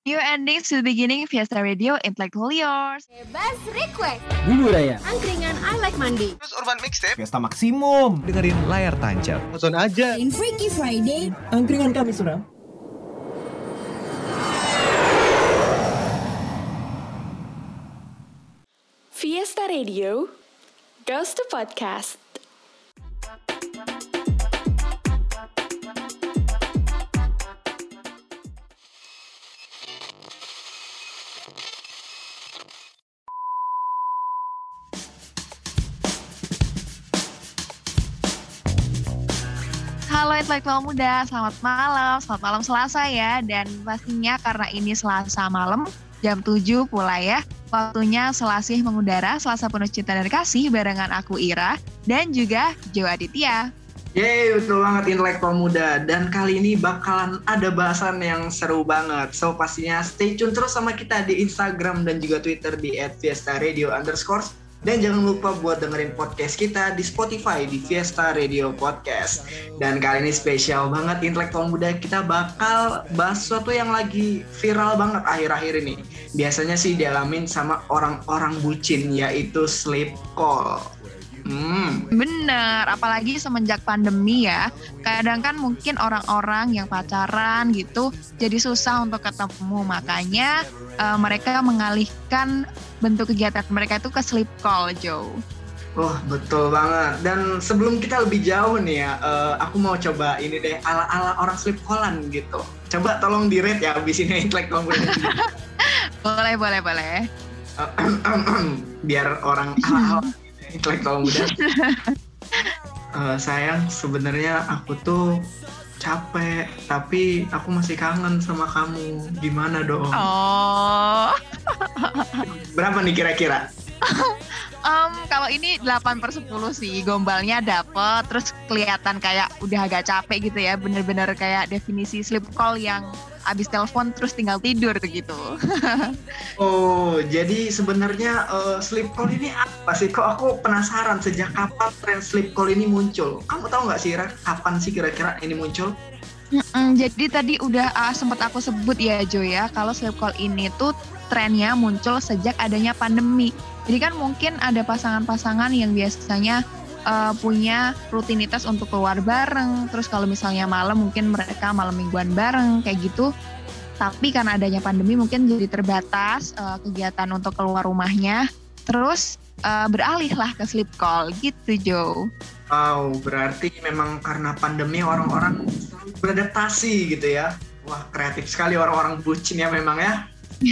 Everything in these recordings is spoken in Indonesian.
New endings to the beginning, Fiesta Radio, Intellectual Yours. Bebas request. Bulu Raya. Angkringan I Like Monday. Terus Urban Mixtape. Fiesta Maksimum. Dengerin layar tancap. Nonton aja. In Freaky Friday. Angkringan kami suram. Fiesta Radio goes to podcast. Halo intelektual muda, selamat malam Selasa ya. Dan pastinya karena ini Selasa malam, jam 7 pula ya. Waktunya Selasih mengudara, Selasa penuh cinta dan kasih barengan aku Ira dan juga Joe Aditya. Yeay, betul banget intelektual muda. Dan kali ini bakalan ada bahasan yang seru banget. So pastinya stay tune terus sama kita di Instagram dan juga Twitter di @fiesta_radio_. Dan jangan lupa buat dengerin podcast kita di Spotify di Fiesta Radio Podcast. Dan kali ini spesial banget intelektual muda, kita bakal bahas sesuatu yang lagi viral banget akhir-akhir ini. Biasanya sih dialamin sama orang-orang bucin, yaitu sleep call. Bener, apalagi semenjak pandemi ya. Kadang kan mungkin orang-orang yang pacaran gitu jadi susah untuk ketemu. Makanya mereka mengalihkan bentuk kegiatan mereka itu ke sleep call, Joe. Oh, betul banget. Dan sebelum kita lebih jauh nih ya, aku mau coba ini deh, ala-ala orang sleep callan gitu. Coba tolong di-rate ya abis ini intelektual muda. Boleh. Biar orang ala-ala intelektual muda. Sayang, sebenarnya aku tuh capek, tapi aku masih kangen sama kamu. Gimana dong? Oh. Berapa nih kira-kira? Kalau ini 8/10 sih, gombalnya dapet, terus kelihatan kayak udah agak capek gitu ya, bener-bener kayak definisi sleep call yang abis telepon terus tinggal tidur gitu. Oh, jadi sebenarnya sleep call ini apa sih? Kok aku penasaran sejak kapan tren sleep call ini muncul? Kamu tahu nggak sih, Ra, kapan sih kira-kira ini muncul? Jadi tadi udah sempat aku sebut ya Jo ya, kalau sleep call ini tuh trennya muncul sejak adanya pandemi. Jadi kan mungkin ada pasangan-pasangan yang biasanya punya rutinitas untuk keluar bareng, terus kalau misalnya malam mungkin mereka malam mingguan bareng kayak gitu. Tapi karena adanya pandemi mungkin jadi terbatas kegiatan untuk keluar rumahnya, terus beralihlah ke sleep call gitu Jo. Wow, berarti memang karena pandemi orang-orang beradaptasi gitu ya. Wah, kreatif sekali orang-orang bucin ya memang ya.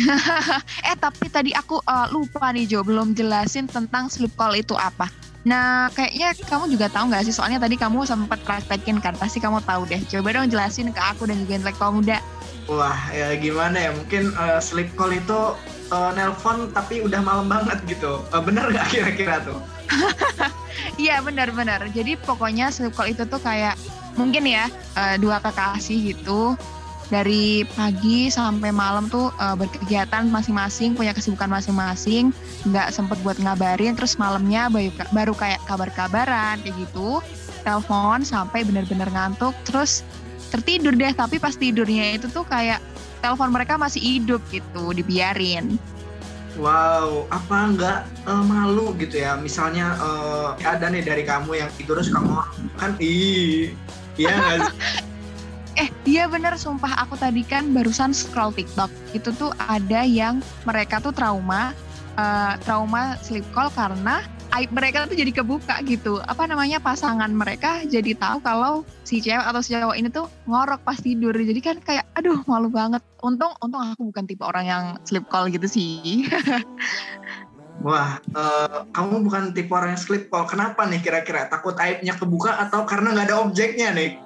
Tapi tadi aku lupa nih Jo, belum jelasin tentang sleep call itu apa. Nah, kayaknya kamu juga tahu nggak sih? Soalnya tadi kamu sempat praktekin kan, pasti kamu tahu deh. Coba dong jelasin ke aku dan juga intelektual muda. Wah, ya gimana ya? Mungkin sleep call itu nelpon tapi udah malam banget gitu. Bener nggak kira-kira tuh? Iya, benar-benar. Jadi pokoknya sleep call itu tuh kayak mungkin ya dua kekasih gitu. Dari pagi sampai malam tuh berkegiatan masing-masing, punya kesibukan masing-masing, nggak sempet buat ngabarin, terus malamnya baru kayak kabar-kabaran kayak gitu, telepon sampai benar-benar ngantuk, terus tertidur deh. Tapi pas tidurnya itu tuh kayak telepon mereka masih hidup gitu, dibiarin. Wow, apa nggak malu gitu ya? Misalnya ada nih dari kamu yang tidur suka ngorok kan? Iya nggak sih? Iya bener, sumpah aku tadi kan barusan scroll TikTok. Itu tuh ada yang mereka tuh trauma sleep call karena aib mereka tuh jadi kebuka gitu. Pasangan mereka jadi tahu kalau si cewek atau si cowok ini tuh ngorok pas tidur. Jadi kan kayak aduh malu banget. Untung aku bukan tipe orang yang sleep call gitu sih. Wah, kamu bukan tipe orang yang sleep call. Kenapa nih kira-kira? Takut aibnya kebuka atau karena nggak ada objeknya nih?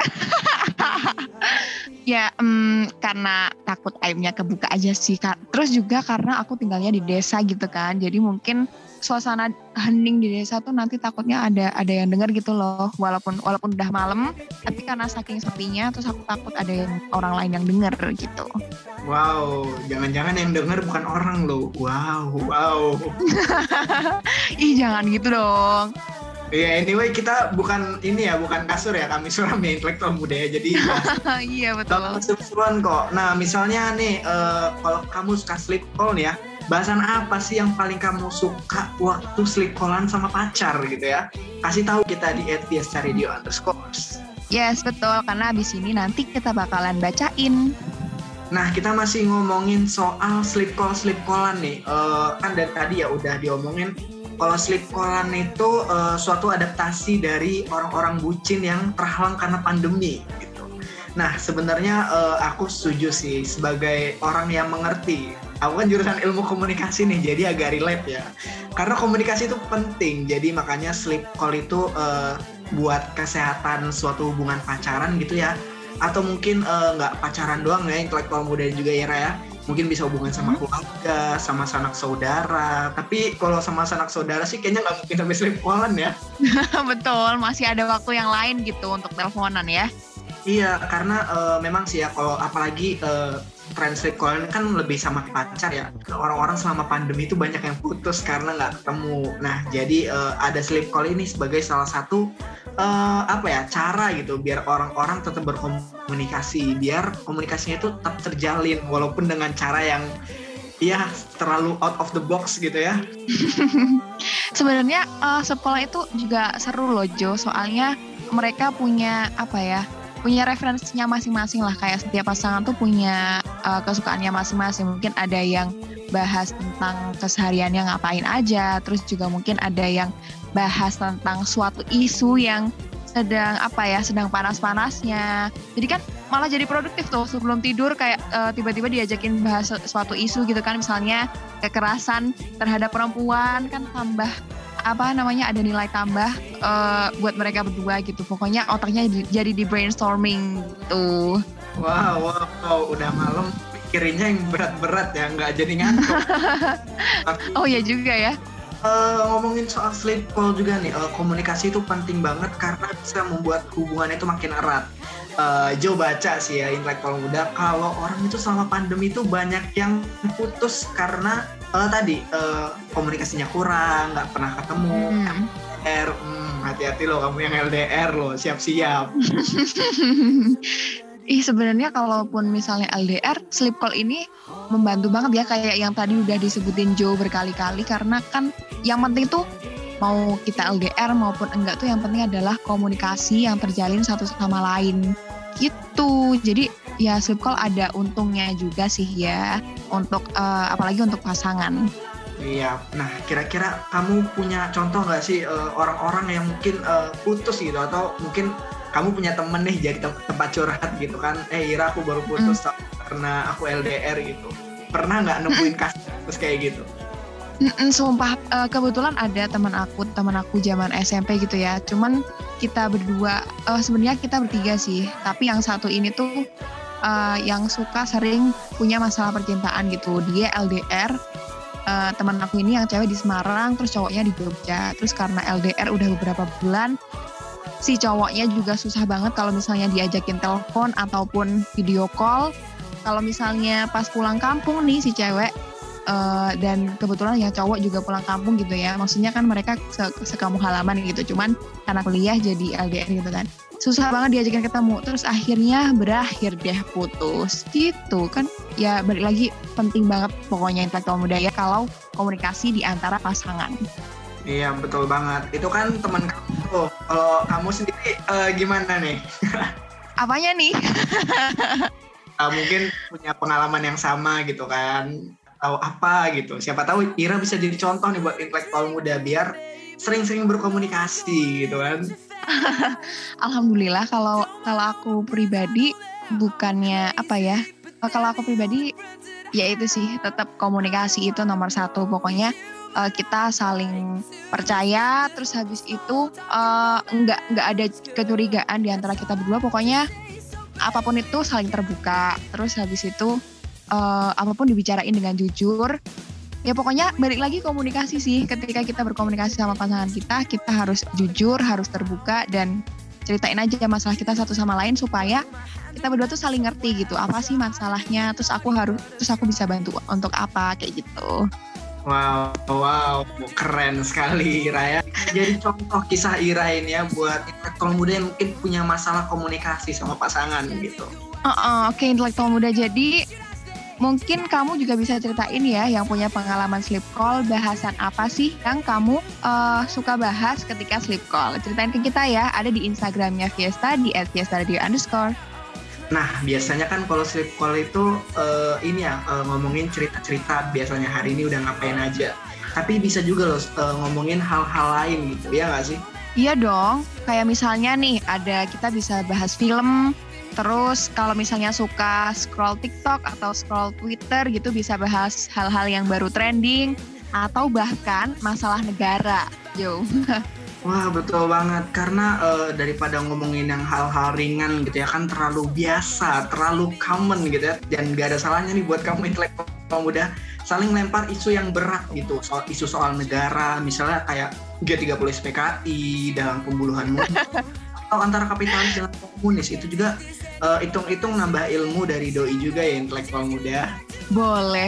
Ya, karena takut aibnya kebuka aja sih. Terus juga karena aku tinggalnya di desa gitu kan. Jadi mungkin suasana hening di desa tuh nanti takutnya ada yang denger gitu loh. Walaupun udah malam, tapi karena saking sepinya terus aku takut ada yang orang lain yang denger gitu. Wow, jangan-jangan yang denger bukan orang loh. Wow. Ih, jangan gitu dong. Ya anyway kita bukan ini ya, bukan kasur ya, kami suram ya intelektual muda ya. Jadi Iya betul. seru-seruan kok. Nah misalnya nih kalau kamu suka sleep call nih ya, bahasan apa sih yang paling kamu suka waktu sleep callan sama pacar gitu ya? Kasih tahu kita di @fiesta_radio_. Yes betul, karena abis ini nanti kita bakalan bacain. Nah kita masih ngomongin soal sleep callan nih. Kan dari tadi ya udah diomongin. Kalau sleep callan itu suatu adaptasi dari orang-orang bucin yang terhalang karena pandemi gitu. Nah sebenarnya aku setuju sih sebagai orang yang mengerti. Aku kan jurusan ilmu komunikasi nih, jadi agak relate ya. Karena komunikasi itu penting, jadi makanya sleep call itu buat kesehatan suatu hubungan pacaran gitu ya. Atau mungkin nggak pacaran doang ya, intelektual muda juga ya. Mungkin bisa hubungan sama keluarga, sama sanak saudara. Tapi kalau sama sanak saudara sih kayaknya nggak mungkin sampai sleep callan ya. Betul, masih ada waktu yang lain gitu untuk teleponan ya. Iya, karena memang sih ya kalau apalagi tren sleep callan kan lebih sama pacar ya. Orang-orang selama pandemi itu banyak yang putus karena nggak ketemu. Nah, jadi ada sleep call ini sebagai salah satu cara gitu biar orang-orang tetap berkomunikasi, biar komunikasinya itu tetap terjalin walaupun dengan cara yang ya terlalu out of the box gitu ya. Sebenarnya sekolah itu juga seru loh Jo, soalnya mereka punya punya referensinya masing-masing lah, kayak setiap pasangan tuh punya kesukaannya masing-masing. Mungkin ada yang bahas tentang kesehariannya ngapain aja, terus juga mungkin ada yang bahas tentang suatu isu yang sedang panas-panasnya. Jadi kan malah jadi produktif tuh sebelum tidur, kayak tiba-tiba diajakin bahas suatu isu gitu kan, misalnya kekerasan terhadap perempuan kan tambah ada nilai tambah buat mereka berdua gitu. Pokoknya otaknya jadi di brainstorming gitu. Wow, udah malam pikirinnya yang berat-berat ya, nggak jadi ngantuk. Oh ya juga ya. Ngomongin soal sleep call juga nih, komunikasi itu penting banget karena bisa membuat hubungan itu makin erat. Jo baca sih ya intelektual muda, kalau orang itu selama pandemi itu banyak yang putus karena komunikasinya kurang, nggak pernah ketemu. LDR, hati-hati loh kamu yang LDR loh, siap-siap. Sebenarnya kalaupun misalnya LDR, sleep call ini membantu banget ya, kayak yang tadi udah disebutin Jo berkali-kali, karena kan yang penting tuh mau kita LDR maupun enggak tuh yang penting adalah komunikasi yang terjalin satu sama lain gitu. Jadi ya sleep call ada untungnya juga sih ya, untuk apalagi untuk pasangan. Iya, nah kira-kira kamu punya contoh nggak sih orang-orang yang mungkin putus gitu, atau mungkin kamu punya temen nih jadi tempat curhat gitu kan, Ira aku baru putus karena aku LDR gitu. Pernah nggak nemuin kasus kayak gitu? Sumpah, kebetulan ada teman aku zaman SMP gitu ya. Cuman kita berdua, sebenarnya kita bertiga sih. Tapi yang satu ini tuh yang suka sering punya masalah percintaan gitu. Dia LDR, teman aku ini yang cewek di Semarang, terus cowoknya di Jogja. Terus karena LDR udah beberapa bulan, si cowoknya juga susah banget kalau misalnya diajakin telepon ataupun video call. Kalau misalnya pas pulang kampung nih si cewek, dan kebetulan ya cowok juga pulang kampung gitu ya. Maksudnya kan mereka sekampung halaman gitu. Cuman karena kuliah jadi LDR gitu kan. Susah banget diajakin ketemu. Terus akhirnya berakhir deh putus gitu kan. Ya balik lagi, penting banget pokoknya intelektual muda ya kalau komunikasi di antara pasangan. Iya betul banget. Itu kan teman kamu tuh. Kalau kamu sendiri gimana nih? Apanya nih? Mungkin punya pengalaman yang sama gitu kan, tahu apa gitu. Siapa tahu Ira bisa jadi contoh nih buat intelektual muda biar sering-sering berkomunikasi gitu kan. Alhamdulillah kalau aku pribadi bukannya kalau aku pribadi ya itu sih, tetap komunikasi itu nomor satu. Pokoknya kita saling percaya, terus habis itu nggak ada kecurigaan di antara kita berdua. Pokoknya apapun itu saling terbuka, terus habis itu apapun dibicarain dengan jujur. Ya pokoknya balik lagi komunikasi sih. Ketika kita berkomunikasi sama pasangan kita harus jujur, harus terbuka, dan ceritain aja masalah kita satu sama lain supaya kita berdua tuh saling ngerti gitu. Apa sih masalahnya? Terus aku bisa bantu untuk apa, kayak gitu. Wow, keren sekali Ira ya. Jadi contoh kisah Ira ini ya buat intelektual muda yang mungkin punya masalah komunikasi sama pasangan gitu. Oke, intelektual muda. Jadi mungkin kamu juga bisa ceritain ya yang punya pengalaman sleep call, bahasan apa sih yang kamu suka bahas ketika sleep call. Ceritain ke kita ya, ada di Instagramnya Fiesta di @fiestaradio_. Nah, biasanya kan kalau sleep call itu ngomongin cerita-cerita biasanya hari ini udah ngapain aja. Tapi bisa juga loh ngomongin hal-hal lain gitu, ya nggak sih? Iya dong, kayak misalnya nih kita bisa bahas film, terus kalau misalnya suka scroll TikTok atau scroll Twitter gitu bisa bahas hal-hal yang baru trending, atau bahkan masalah negara, Jo. Wah, betul banget. Karena daripada ngomongin yang hal-hal ringan gitu ya, kan terlalu biasa, terlalu common gitu ya. Dan gak ada salahnya nih buat kamu intelektual muda saling lempar isu yang berat gitu. Isu soal negara, misalnya kayak G30 SPKI, dalam pembunuhan atau antara kapitalis dengan komunis. Itu juga hitung-hitung nambah ilmu dari doi juga ya intelektual muda. Boleh.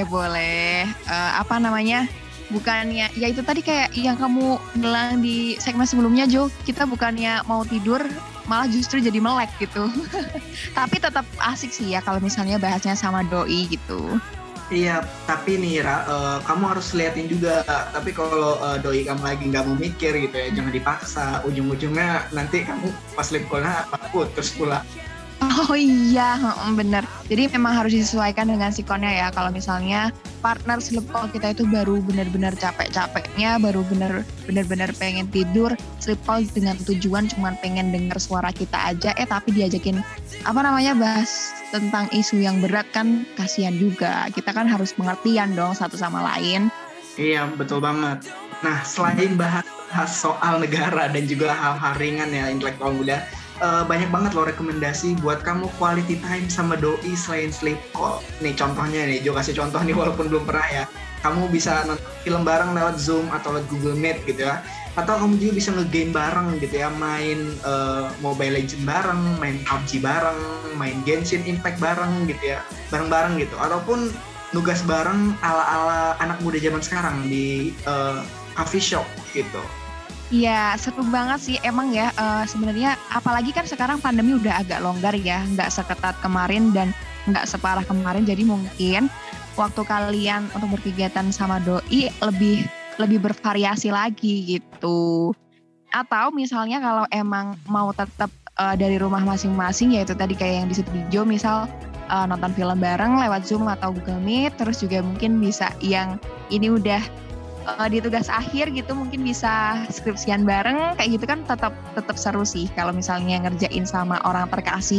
Bukannya, ya itu tadi kayak yang kamu bilang di segmen sebelumnya Jo, kita bukannya mau tidur, malah justru jadi melek gitu. Tapi tetap asik sih ya kalau misalnya bahasnya sama doi gitu. Iya, tapi nih Ra, kamu harus liatin juga. Tapi kalau doi kamu lagi nggak mau mikir gitu ya, jangan dipaksa. Ujung-ujungnya nanti kamu pas sleep call-nya putus pula. Oh iya, bener. Jadi memang harus disesuaikan dengan sikonnya ya. Kalau misalnya partner sleep call kita itu baru benar-benar capek-capeknya, baru benar-benar pengen tidur, sleep call dengan tujuan cuma pengen dengar suara kita aja, tapi diajakin bahas tentang isu yang berat kan kasihan juga. Kita kan harus pengertian dong satu sama lain. Iya, betul banget. Nah, selain bahas soal negara dan juga hal-hal ringan ya intelektual muda, banyak banget loh rekomendasi buat kamu quality time sama doi selain sleep call. Nih contohnya nih, Jo kasih contoh nih walaupun belum pernah ya. Kamu bisa nonton film bareng lewat Zoom atau lewat Google Meet gitu ya. Atau kamu juga bisa nge-game bareng gitu ya, main Mobile Legends bareng, main PUBG bareng, main Genshin Impact bareng gitu ya, bareng-bareng gitu. Ataupun nugas bareng ala-ala anak muda zaman sekarang di coffee shop gitu. Iya, seru banget sih emang ya. Sebenarnya apalagi kan sekarang pandemi udah agak longgar ya, nggak seketat kemarin dan nggak separah kemarin. Jadi mungkin waktu kalian untuk berkegiatan sama doi lebih bervariasi lagi gitu. Atau misalnya kalau emang mau tetap dari rumah masing-masing, yaitu tadi kayak yang disebut Jo, misal nonton film bareng lewat Zoom atau Google Meet, terus juga mungkin bisa yang ini udah di tugas akhir gitu, mungkin bisa skripsian bareng kayak gitu kan, tetap seru sih kalau misalnya ngerjain sama orang terkasih.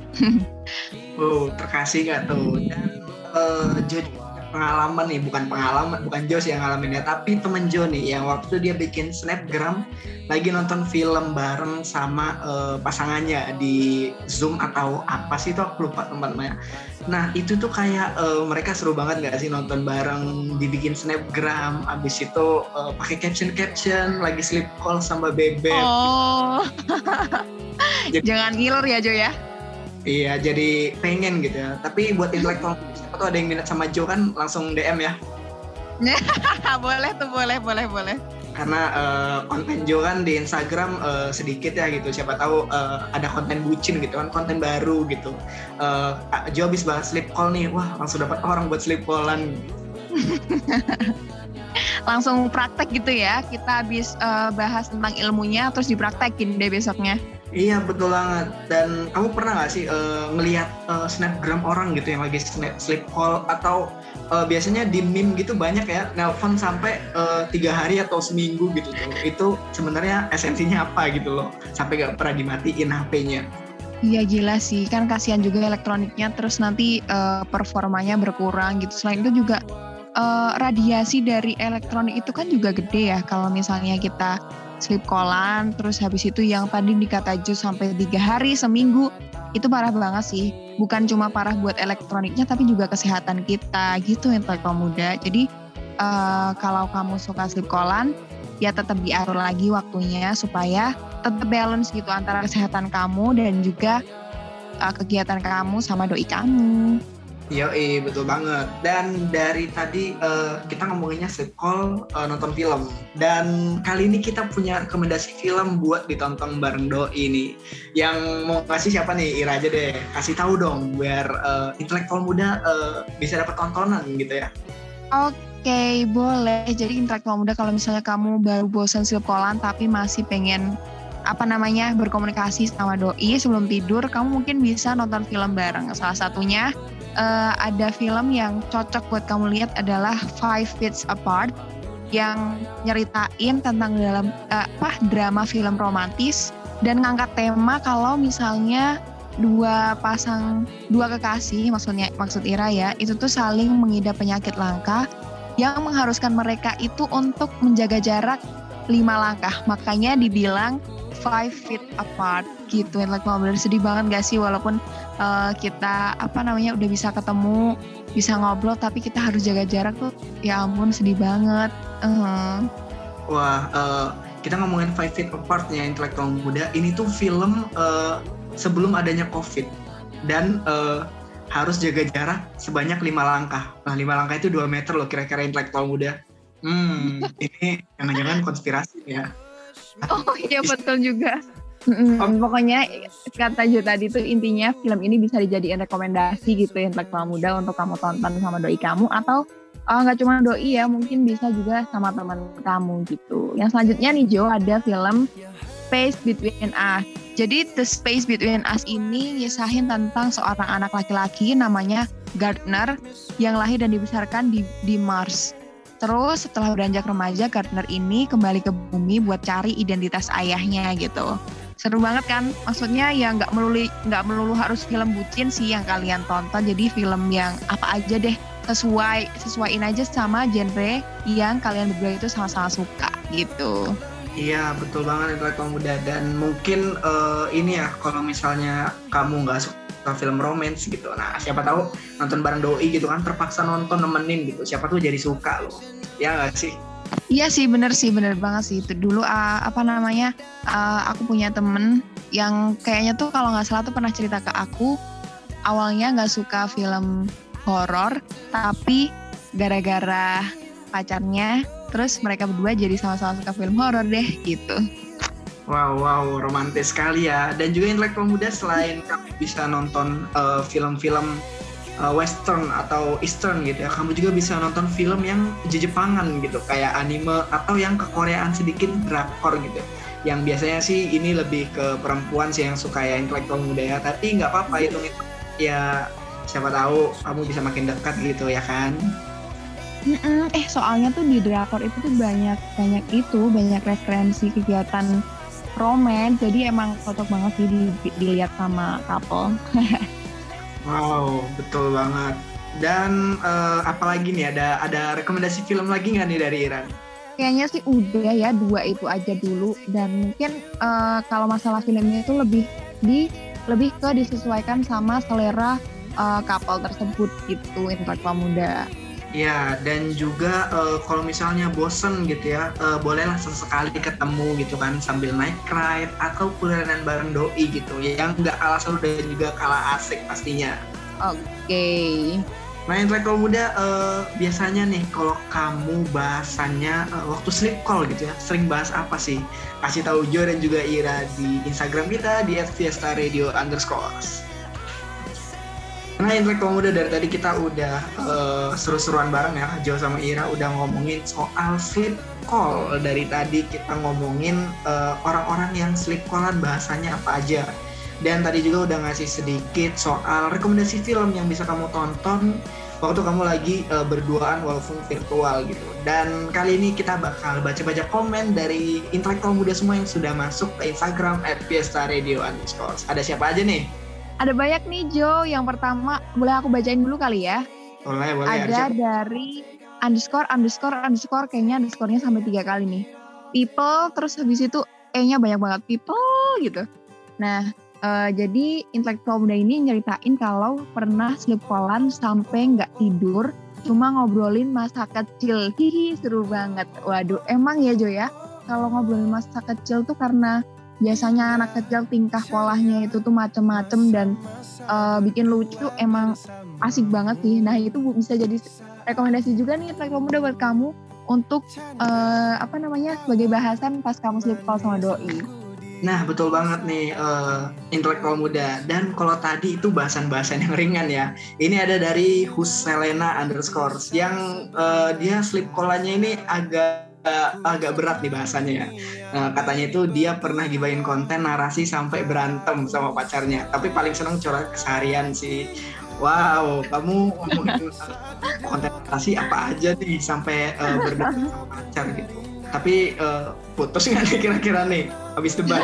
Terkasih gak tuh? Dan Jo pengalaman nih, bukan Jo sih yang ngalamin ya, tapi temen Jo nih yang waktu dia bikin snapgram lagi nonton film bareng sama pasangannya di Zoom atau apa sih itu, aku lupa teman-temannya. Nah itu tuh kayak mereka seru banget gak sih nonton bareng, dibikin snapgram, abis itu pakai caption lagi sleep call sama bebek. Oh, jangan ngiler ya Jo ya. Iya, jadi pengen gitu ya. Tapi buat intelektual, siapa tuh ada yang minat sama Jo kan langsung DM ya. Boleh tuh, boleh. Karena konten Jo kan di Instagram sedikit ya gitu. Siapa tahu ada konten bucin gitu kan, konten baru gitu. Jo habis bahas sleep call nih, wah langsung dapat orang buat sleep callan. Langsung praktek gitu ya. Kita habis bahas tentang ilmunya terus dipraktekin deh besoknya. Iya betul banget. Dan kamu pernah gak sih ngelihat snapgram orang gitu yang lagi sleep call, atau biasanya di meme gitu banyak ya nelpon sampai 3 hari atau seminggu gitu tuh. Itu sebenarnya esensinya apa gitu loh, sampai gak pernah dimatiin HP-nya. Iya gila sih, kan kasihan juga elektroniknya, terus nanti performanya berkurang gitu. Selain itu juga radiasi dari elektronik itu kan juga gede ya. Kalau misalnya kita sleep callan, terus habis itu yang tadi dikata Jo sampai 3 hari, seminggu, itu parah banget sih. Bukan cuma parah buat elektroniknya, tapi juga kesehatan kita gitu intelektual muda. Jadi kalau kamu suka sleep callan, ya tetap diatur lagi waktunya supaya tetap balance gitu antara kesehatan kamu dan juga kegiatan kamu sama doi kamu. Yoi, betul banget. Dan dari tadi kita ngomonginnya sleep call, nonton film. Dan kali ini kita punya rekomendasi film buat ditonton bareng Doi nih. Yang mau kasih siapa nih? Ira aja deh. Kasih tahu dong biar intelektual muda bisa dapat tontonan gitu ya. Oke, boleh. Jadi intelektual muda kalau misalnya kamu baru bosan sleep callan tapi masih pengen berkomunikasi sama Doi sebelum tidur, kamu mungkin bisa nonton film bareng. Salah satunya ada film yang cocok buat kamu lihat adalah Five Feet Apart yang nyeritain tentang drama film romantis dan ngangkat tema kalau misalnya dua kekasih, maksud Ira ya, itu tuh saling mengidap penyakit langka yang mengharuskan mereka itu untuk menjaga jarak 5 langkah. Makanya dibilang 5 feet apart gitu. Intelektual bener, sedih banget gak sih walaupun kita udah bisa ketemu, bisa ngobrol, tapi kita harus jaga jarak tuh. Ya ampun, sedih banget. Wah, kita ngomongin 5 feet apart-nya intelektual muda. Ini tuh film sebelum adanya COVID dan harus jaga jarak sebanyak 5 langkah. Nah, 5 langkah itu 2 meter loh kira-kira intelektual muda. Ini jangan-jangan konspirasi ya. Oh iya, betul juga. Pokoknya kata Jo tadi tuh intinya film ini bisa dijadiin rekomendasi gitu ya intelektual muda untuk kamu tonton sama doi kamu, atau nggak cuma doi ya, mungkin bisa juga sama teman kamu gitu. Yang selanjutnya nih Jo, ada film Space Between Us. Jadi The Space Between Us ini ngisahin tentang seorang anak laki-laki namanya Gardner yang lahir dan dibesarkan di Mars. Terus setelah beranjak remaja, Gardner ini kembali ke bumi buat cari identitas ayahnya gitu. Seru banget kan? Maksudnya ya nggak melulu harus film bucin sih yang kalian tonton. Jadi film yang apa aja deh, sesuaiin aja sama genre yang kalian berdua itu sama-sama suka gitu. Iya, betul banget intelektual muda. Dan mungkin ini ya, kalau misalnya kamu nggak suka film romance gitu, nah siapa tahu nonton bareng doi gitu kan, terpaksa nonton nemenin gitu, siapa tuh jadi suka loh. Ya nggak sih? Iya sih, bener banget sih. Itu dulu aku punya temen yang kayaknya tuh kalau nggak salah tuh pernah cerita ke aku, awalnya nggak suka film horor, tapi gara-gara pacarnya, terus mereka berdua jadi sama-sama suka film horor deh gitu. Wow, romantis sekali ya. Dan juga intelektual muda, selain kamu bisa nonton film-film western atau eastern gitu ya, kamu juga bisa nonton film yang Jepangan gitu, kayak anime, atau yang kekoreaan sedikit, drakor gitu. Yang biasanya sih ini lebih ke perempuan sih yang suka ya intelektual muda ya, tapi nggak apa-apa, itu ya siapa tahu kamu bisa makin dekat gitu ya kan. Soalnya tuh di drakor itu tuh banyak referensi kegiatan romance, jadi emang cocok banget sih dilihat sama couple. Wow, betul banget. Dan apalagi nih, ada rekomendasi film lagi nggak nih dari Iran? Kayaknya sih udah ya, 2 itu aja dulu. Dan mungkin kalau masalah filmnya itu lebih ke disesuaikan sama selera couple tersebut gitu, intelektual muda. Ya, dan juga kalau misalnya bosen gitu ya, bolehlah sesekali ketemu gitu kan, sambil naik ride atau kulineran bareng doi gitu, yang nggak kalah seru dan juga kalah asik pastinya. Oke. Nah, intelektual muda, biasanya nih kalau kamu bahasannya waktu sleep call gitu ya, sering bahas apa sih? Kasih tahu Jo dan juga Ira di Instagram kita di @fiestaradio_. Nah, intelektual muda, dari tadi kita udah seru-seruan bareng ya, Jo sama Ira udah ngomongin soal sleep call. Dari tadi kita ngomongin orang-orang yang sleep callan bahasanya apa aja. Dan tadi juga udah ngasih sedikit soal rekomendasi film yang bisa kamu tonton waktu kamu lagi berduaan walaupun virtual gitu. Dan kali ini kita bakal baca-baca komen dari intelektual muda semua yang sudah masuk ke Instagram @fiestaradio_. Ada siapa aja nih? Ada banyak nih Jo. Yang pertama, boleh aku bacain dulu kali ya? Boleh. Ada dari ___, kayaknya underscore-nya sampai 3 kali nih. People, terus habis itu E-nya banyak banget, people gitu. Nah, jadi intelektual muda ini nyeritain kalau pernah sleep callan sampai nggak tidur, cuma ngobrolin masa kecil. Hihi, seru banget. Waduh, emang ya Jo ya, kalau ngobrolin masa kecil tuh karena biasanya anak kecil tingkah polanya itu tuh macem-macem dan bikin lucu, emang asik banget sih. Nah itu bisa jadi rekomendasi juga nih intelektual muda buat kamu untuk sebagai bahasan pas kamu sleep call sama doi. Nah betul banget nih intelektual muda. Dan kalau tadi itu bahasan-bahasan yang ringan ya, ini ada dari Huselena _ yang dia sleep call-nya ini agak berat nih bahasanya ya. Katanya itu dia pernah gibahin konten narasi sampai berantem sama pacarnya, tapi paling seneng curhat keseharian sih. Wow, kamu ngomongin konten narasi apa aja nih sampai berdebat sama pacar gitu. Tapi putus nggak nih kira-kira nih habis debat?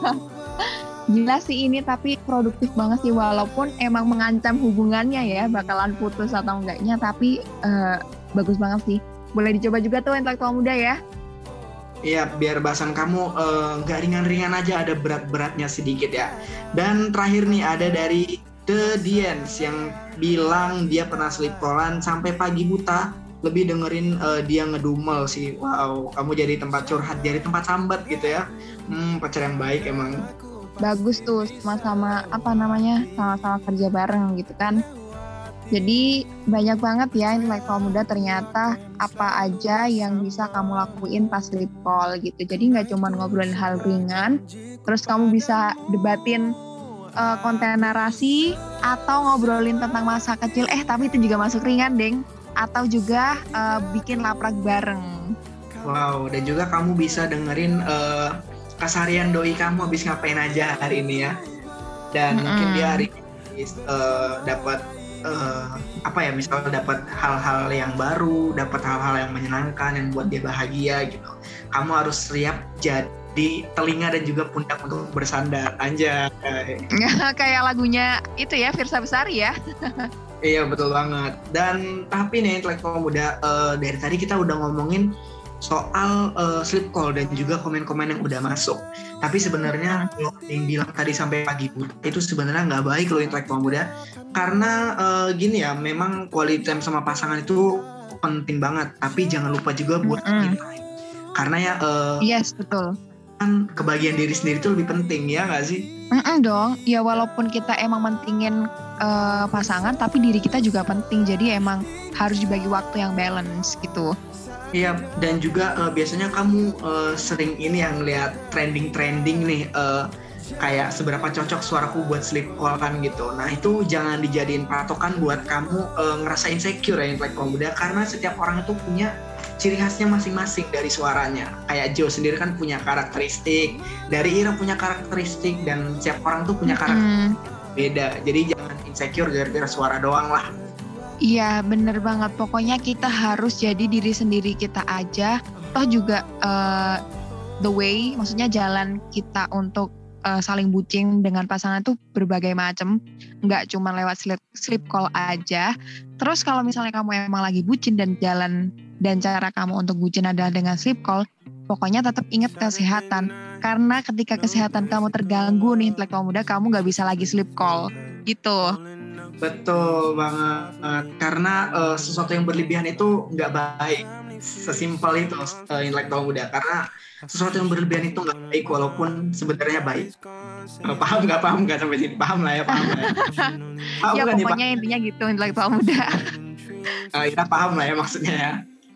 Gila sih ini, tapi produktif banget sih, walaupun emang mengancam hubungannya ya bakalan putus atau enggaknya, tapi bagus banget sih. Boleh dicoba juga tuh intelektual muda ya. Iya, biar bahasan kamu nggak ringan-ringan aja, ada berat-beratnya sedikit ya. Dan terakhir nih ada dari The Dians yang bilang dia pernah sleep callan sampai pagi buta, lebih dengerin dia ngedumel sih. Wow, kamu jadi tempat curhat, jadi tempat sambat gitu ya. Pacar yang baik emang. Bagus tuh, sama-sama sama-sama kerja bareng gitu kan. Jadi banyak banget ya intelektual muda ternyata apa aja yang bisa kamu lakuin pas sleep call gitu. Jadi nggak cuma ngobrolin hal ringan, terus kamu bisa debatin konten narasi atau ngobrolin tentang masa kecil, tapi itu juga masuk ringan deng. Atau juga bikin laprak bareng. Wow, dan juga kamu bisa dengerin keseharian doi kamu habis ngapain aja hari ini ya. Dan mungkin dia hari ini dapat misalnya dapat hal-hal yang baru, dapat hal-hal yang menyenangkan yang buat dia bahagia gitu. Kamu harus siap jadi telinga dan juga pundak untuk bersandar. Anjay. Kayak lagunya itu ya, Firsa Besari ya. Iya betul banget. Dan tapi nih intelektual muda, dari tadi kita udah ngomongin soal sleep call dan juga komen-komen yang udah masuk. Tapi sebenarnya kalau yang bilang tadi sampai pagi buta itu sebenarnya nggak baik loh intelektual muda. Karena gini ya, memang quality time sama pasangan itu penting banget. Tapi jangan lupa juga buat me time. Karena ya yes betul. Kan kebahagiaan diri sendiri itu lebih penting ya nggak sih? Dong, ya walaupun kita emang mentingin pasangan, tapi diri kita juga penting. Jadi emang harus dibagi waktu yang balance gitu. Iya, dan juga biasanya kamu sering ini yang lihat trending nih, kayak seberapa cocok suaraku buat sleep call kan gitu. Nah itu jangan dijadiin patokan buat kamu ngerasa insecure ya intelektual muda, karena setiap orang itu punya ciri khasnya masing-masing dari suaranya. Kayak Jo sendiri kan punya karakteristik, dari Ira punya karakteristik, dan setiap orang tuh punya karakteristik beda. Jadi jangan insecure gara-gara suara doang lah. Iya bener banget, pokoknya kita harus jadi diri sendiri kita aja. Toh juga the way, maksudnya jalan kita untuk saling bucin dengan pasangan tuh berbagai macam, nggak cuma lewat sleep call aja. Terus kalau misalnya kamu emang lagi bucin dan jalan dan cara kamu untuk bucin adalah dengan sleep call, pokoknya tetap ingat kesehatan. Karena ketika kesehatan kamu terganggu nih intelektual muda, kamu nggak bisa lagi sleep call gitu. Betul banget, karena sesuatu yang berlebihan itu nggak baik. Sesimpel itu intelektual muda, karena sesuatu yang berlebihan itu nggak baik walaupun sebenarnya baik. Paham nggak sampai sini? Paham lah ya. Paham ya kan, pokoknya intinya gitu intelektual muda. Kita paham lah ya maksudnya ya.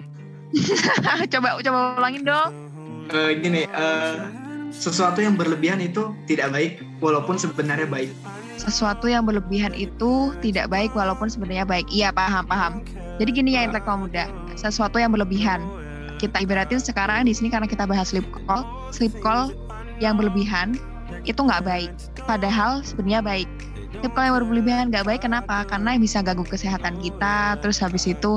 coba ulangin dong. Gini, sesuatu yang berlebihan itu tidak baik walaupun sebenarnya baik. Sesuatu yang berlebihan itu tidak baik walaupun sebenarnya baik. Iya paham. Jadi gini ya intelektual muda, sesuatu yang berlebihan. Kita ibaratin sekarang di sini karena kita bahas sleep call yang berlebihan itu nggak baik. Padahal sebenarnya baik. Sleep call yang berlebihan nggak baik, kenapa? Karena bisa ganggu kesehatan kita. Terus habis itu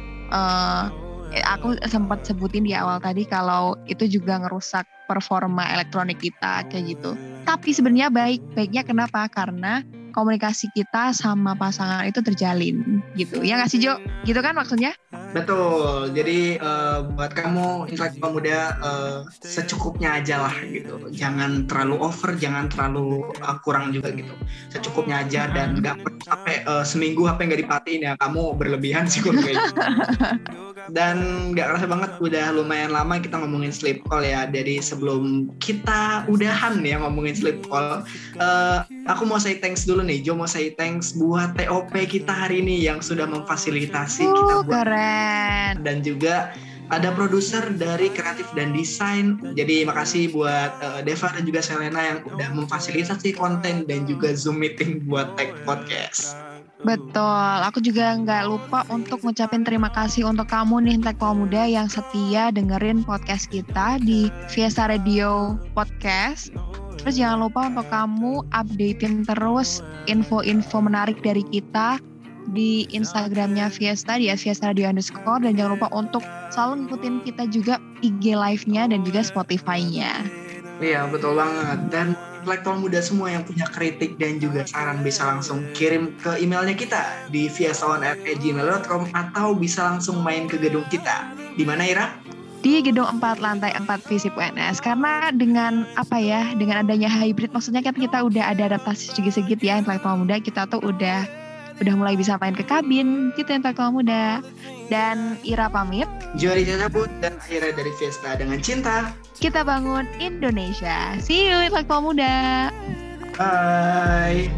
aku sempat sebutin di awal tadi kalau itu juga ngerusak performa elektronik kita kayak gitu. Tapi sebenarnya baiknya kenapa? Karena komunikasi kita sama pasangan itu terjalin gitu. Ya nggak sih Jo? Gitu kan maksudnya? Betul. Jadi buat kamu intelektual muda secukupnya aja lah gitu. Jangan terlalu over, jangan terlalu kurang juga gitu. Secukupnya aja dan nggak perlu sampai seminggu HP nggak dipatiin ya. Kamu berlebihan sih kurang kayak gitu. Dan gak kerasa banget udah lumayan lama kita ngomongin sleep call ya. Dari sebelum kita udahan ya ngomongin sleep call, aku mau say thanks dulu nih. Jo mau say thanks buat TOP kita hari ini yang sudah memfasilitasi kita buat keren. dan juga ada produser dari kreatif dan desain. Jadi makasih buat Deva dan juga Selena yang udah memfasilitasi konten dan juga Zoom meeting buat Tech Podcast. Betul, aku juga nggak lupa untuk ngucapin terima kasih untuk kamu nih Intelektual Muda yang setia dengerin podcast kita di Fiesta Radio Podcast. Terus jangan lupa untuk kamu updatein terus info-info menarik dari kita di Instagramnya Fiesta di @fiesta_radio_, dan jangan lupa untuk selalu ngikutin kita juga IG live-nya dan juga Spotify-nya. Iya betul banget. Dan intelektual muda semua yang punya kritik dan juga saran bisa langsung kirim ke emailnya kita di fiestaone@gmail.com atau bisa langsung main ke gedung kita. Di mana Ira? Di gedung 4 lantai 4 Visip UNS. Karena dengan dengan adanya hybrid, maksudnya kan kita udah ada adaptasi sedikit-sedikit ya intelektual muda, kita tuh udah mulai bisa main ke kabin gitu intelektual muda. Dan Ira pamit. Jari cabut dan akhirnya dari Fiesta dengan cinta. Kita bangun Indonesia. See you intelektual muda. Bye.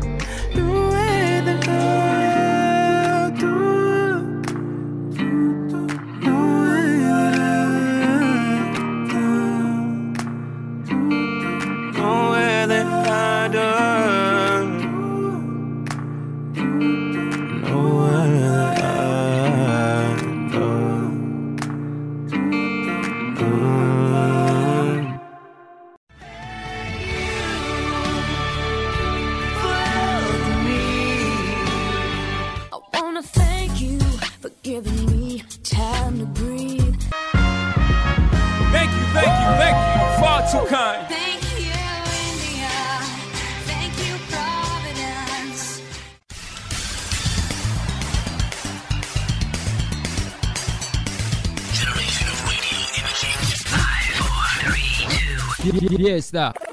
Giving me time to breathe. Thank you, far too kind. Thank you, India. Thank you, Providence. Generation of radio imaging. 5, 4, 3, 2. Fiesta.